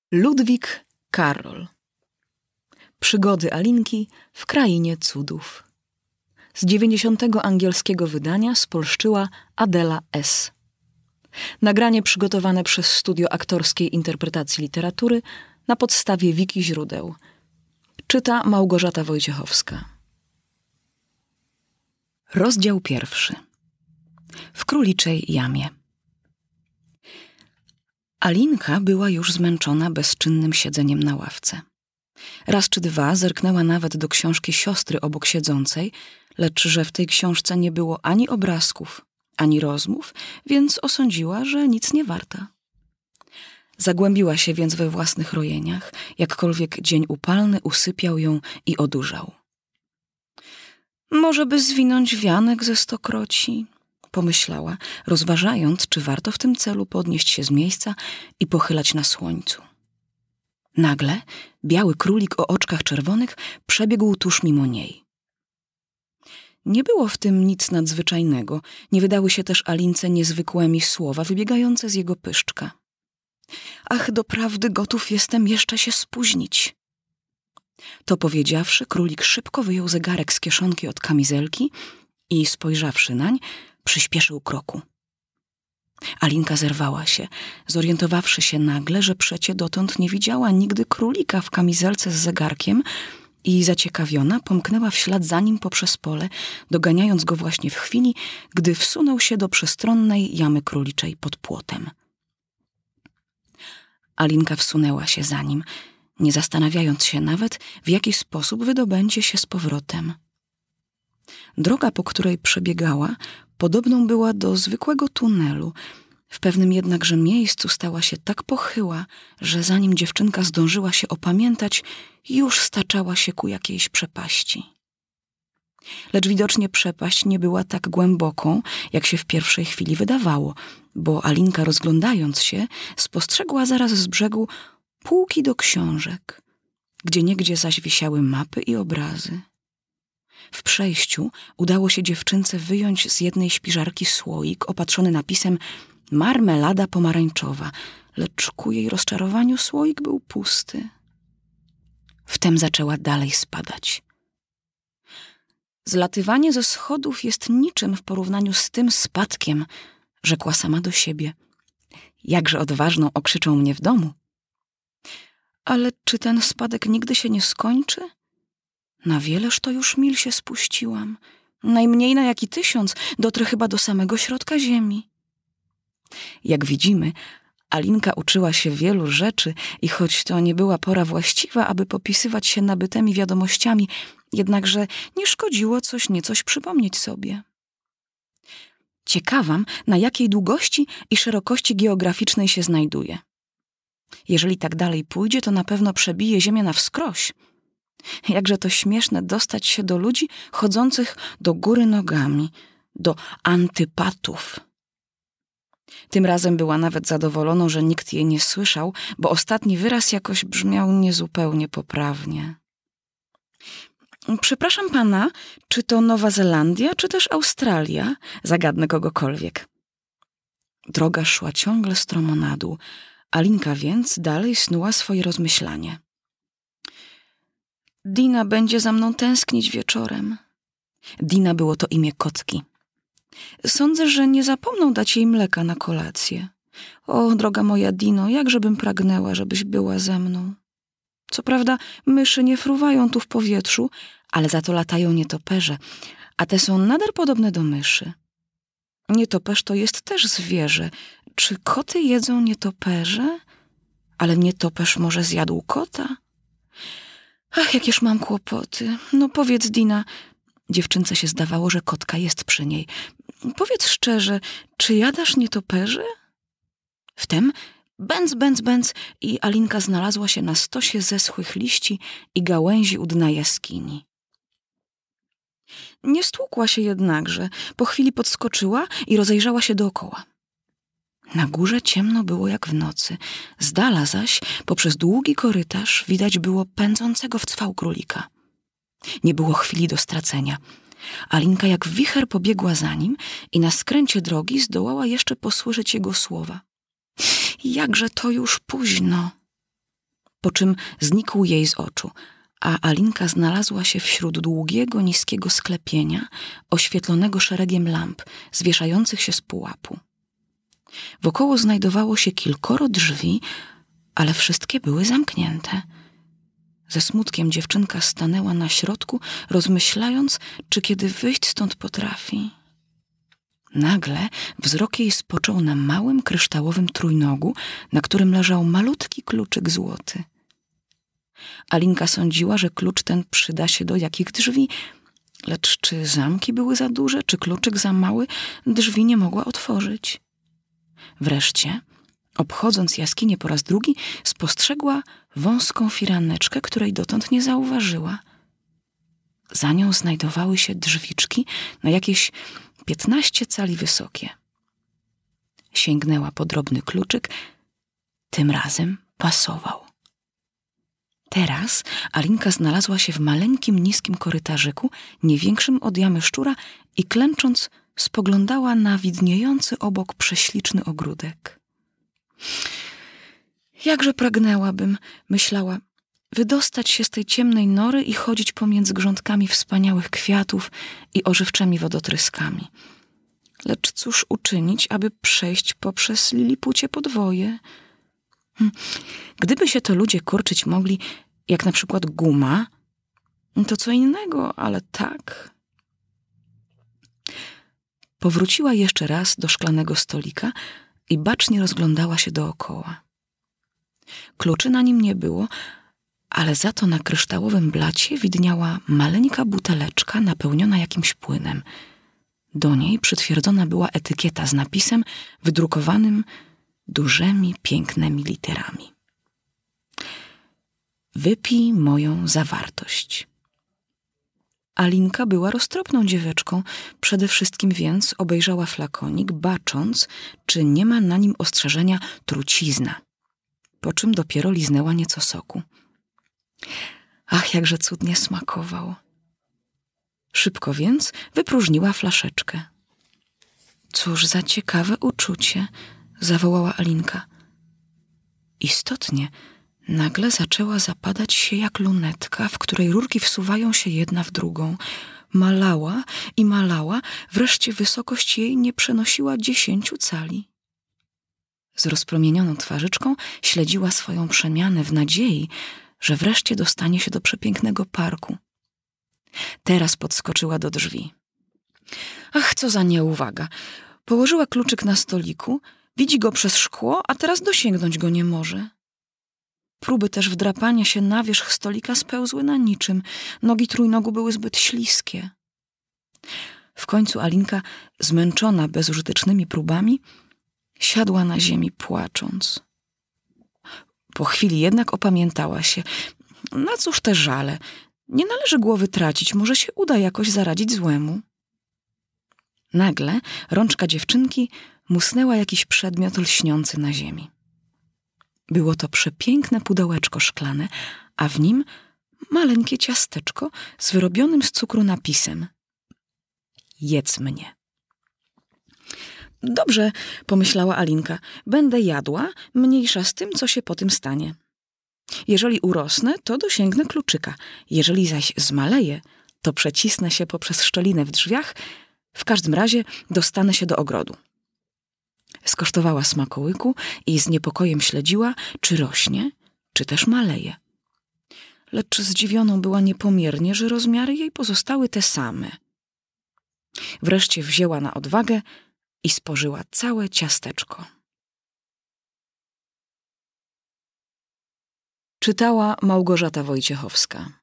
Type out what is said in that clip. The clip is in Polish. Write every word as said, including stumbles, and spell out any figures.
Ludwik Carroll. Przygody Alinki w krainie cudów. Z dziewięćdziesiątego angielskiego wydania spolszczyła Adela S. Nagranie przygotowane przez Studio Aktorskiej Interpretacji Literatury na podstawie wiki źródeł. Czyta Małgorzata Wojciechowska. Rozdział pierwszy. W króliczej jamie. Alinka była już zmęczona bezczynnym siedzeniem na ławce. Raz czy dwa zerknęła nawet do książki siostry obok siedzącej, lecz że w tej książce nie było ani obrazków, ani rozmów, więc osądziła, że nic nie warta. Zagłębiła się więc we własnych rojeniach, jakkolwiek dzień upalny usypiał ją i odurzał. Może by zwinąć wianek ze stokroci, pomyślała, rozważając, czy warto w tym celu podnieść się z miejsca i pochylać na słońcu. Nagle biały królik o oczkach czerwonych przebiegł tuż mimo niej. Nie było w tym nic nadzwyczajnego, nie wydały się też Alince niezwykłymi słowa wybiegające z jego pyszczka. Ach, doprawdy gotów jestem jeszcze się spóźnić. To powiedziawszy, królik szybko wyjął zegarek z kieszonki od kamizelki i spojrzawszy nań, przyspieszył kroku. Alinka zerwała się, zorientowawszy się nagle, że przecie dotąd nie widziała nigdy królika w kamizelce z zegarkiem i zaciekawiona pomknęła w ślad za nim poprzez pole, doganiając go właśnie w chwili, gdy wsunął się do przestronnej jamy króliczej pod płotem. Alinka wsunęła się za nim, nie zastanawiając się nawet, w jaki sposób wydobędzie się z powrotem. Droga, po której przebiegała, podobną była do zwykłego tunelu. W pewnym jednakże miejscu stała się tak pochyła, że zanim dziewczynka zdążyła się opamiętać, już staczała się ku jakiejś przepaści. Lecz widocznie przepaść nie była tak głęboką, jak się w pierwszej chwili wydawało, bo Alinka, rozglądając się, spostrzegła zaraz z brzegu półki do książek, gdzieniegdzie zaś wisiały mapy i obrazy. W przejściu udało się dziewczynce wyjąć z jednej śpiżarki słoik opatrzony napisem marmelada pomarańczowa, lecz ku jej rozczarowaniu słoik był pusty. Wtem zaczęła dalej spadać. Zlatywanie ze schodów jest niczym w porównaniu z tym spadkiem, rzekła sama do siebie. Jakże odważną okrzyczą mnie w domu. Ale czy ten spadek nigdy się nie skończy? Na wieleż to już mil się spuściłam. Najmniej na jaki tysiąc, dotrę chyba do samego środka ziemi. Jak widzimy, Alinka uczyła się wielu rzeczy i choć to nie była pora właściwa, aby popisywać się nabytymi wiadomościami, jednakże nie szkodziło coś niecoś przypomnieć sobie. Ciekawam, na jakiej długości i szerokości geograficznej się znajduje. Jeżeli tak dalej pójdzie, to na pewno przebije ziemię na wskroś. Jakże to śmieszne dostać się do ludzi chodzących do góry nogami, do antypatów. Tym razem była nawet zadowolona, że nikt jej nie słyszał, bo ostatni wyraz jakoś brzmiał niezupełnie poprawnie. Przepraszam pana, czy to Nowa Zelandia, czy też Australia? Zagadnę kogokolwiek. Droga szła ciągle stromo na dół. Alinka więc dalej snuła swoje rozmyślanie. Dina będzie za mną tęsknić wieczorem. Dina było to imię kotki. Sądzę, że nie zapomną dać jej mleka na kolację. O, droga moja Dino, jakżebym pragnęła, żebyś była ze mną. Co prawda myszy nie fruwają tu w powietrzu, ale za to latają nietoperze, a te są nader podobne do myszy. Nietoperz to jest też zwierzę. Czy koty jedzą nietoperze? Ale nietoperz może zjadł kota? Ach, jakież mam kłopoty. No powiedz, Dina. Dziewczynce się zdawało, że kotka jest przy niej. Powiedz szczerze, czy jadasz nietoperze? Wtem bęc, bęc, bęc i Alinka znalazła się na stosie zeschłych liści i gałęzi u dna jaskini. Nie stłukła się jednakże. Po chwili podskoczyła i rozejrzała się dookoła. Na górze ciemno było jak w nocy. Z dala zaś, poprzez długi korytarz, widać było pędzącego w cwał królika. Nie było chwili do stracenia. Alinka jak wicher pobiegła za nim i na skręcie drogi zdołała jeszcze posłyszeć jego słowa. Jakże to już późno. po czym znikł jej z oczu, a Alinka znalazła się wśród długiego, niskiego sklepienia, oświetlonego szeregiem lamp, zwieszających się z pułapu. Wokoło znajdowało się kilkoro drzwi, ale wszystkie były zamknięte. Ze smutkiem dziewczynka stanęła na środku, rozmyślając, czy kiedy wyjść stąd potrafi. Nagle wzrok jej spoczął na małym, kryształowym trójnogu, na którym leżał malutki kluczyk złoty. Alinka sądziła, że klucz ten przyda się do jakich drzwi, lecz czy zamki były za duże, czy kluczyk za mały, drzwi nie mogła otworzyć. Wreszcie, obchodząc jaskinię po raz drugi, spostrzegła wąską firaneczkę, której dotąd nie zauważyła. Za nią znajdowały się drzwiczki na jakieś piętnaście cali wysokie. Sięgnęła po drobny kluczyk, tym razem pasował. Teraz Alinka znalazła się w maleńkim, niskim korytarzyku, nie większym od jamy szczura i klęcząc spoglądała na widniejący obok prześliczny ogródek. Jakże pragnęłabym, myślała, wydostać się z tej ciemnej nory i chodzić pomiędzy grządkami wspaniałych kwiatów i ożywczymi wodotryskami. Lecz cóż uczynić, aby przejść poprzez lilipucie podwoje? Hm. Gdyby się to ludzie kurczyć mogli, jak na przykład guma, to co innego, ale tak. Powróciła jeszcze raz do szklanego stolika i bacznie rozglądała się dookoła. Kluczy na nim nie było, ale za to na kryształowym blacie widniała maleńka buteleczka napełniona jakimś płynem. Do niej przytwierdzona była etykieta z napisem wydrukowanym dużymi, pięknymi literami. Wypij moją zawartość. Alinka była roztropną dzieweczką, przede wszystkim więc obejrzała flakonik, bacząc, czy nie ma na nim ostrzeżenia trucizna, po czym dopiero liznęła nieco soku. Ach, jakże cudnie smakował. Szybko więc wypróżniła flaszeczkę. Cóż za ciekawe uczucie, zawołała Alinka. Istotnie, nagle zaczęła zapadać się jak lunetka, w której rurki wsuwają się jedna w drugą. Malała i malała, wreszcie wysokość jej nie przenosiła dziesięciu cali. Z rozpromienioną twarzyczką śledziła swoją przemianę w nadziei, że wreszcie dostanie się do przepięknego parku. Teraz podskoczyła do drzwi. Ach, co za nieuwaga. Położyła kluczyk na stoliku, widzi go przez szkło, a teraz dosięgnąć go nie może. Próby też wdrapania się na wierzch stolika spełzły na niczym. Nogi trójnogu były zbyt śliskie. W końcu Alinka, zmęczona bezużytecznymi próbami, siadła na ziemi płacząc. Po chwili jednak opamiętała się. Na cóż te żale? Nie należy głowy tracić, może się uda jakoś zaradzić złemu. Nagle rączka dziewczynki musnęła jakiś przedmiot lśniący na ziemi. Było to przepiękne pudełeczko szklane, a w nim maleńkie ciasteczko z wyrobionym z cukru napisem: jedz mnie. Dobrze, pomyślała Alinka, będę jadła, mniejsza z tym, co się po tym stanie. Jeżeli urosnę, to dosięgnę kluczyka. Jeżeli zaś zmaleję, to przecisnę się poprzez szczelinę w drzwiach. W każdym razie dostanę się do ogrodu. Skosztowała smakołyku i z niepokojem śledziła, czy rośnie, czy też maleje. Lecz zdziwioną była niepomiernie, że rozmiary jej pozostały te same. Wreszcie wzięła na odwagę i spożyła całe ciasteczko. Czytała Małgorzata Wojciechowska.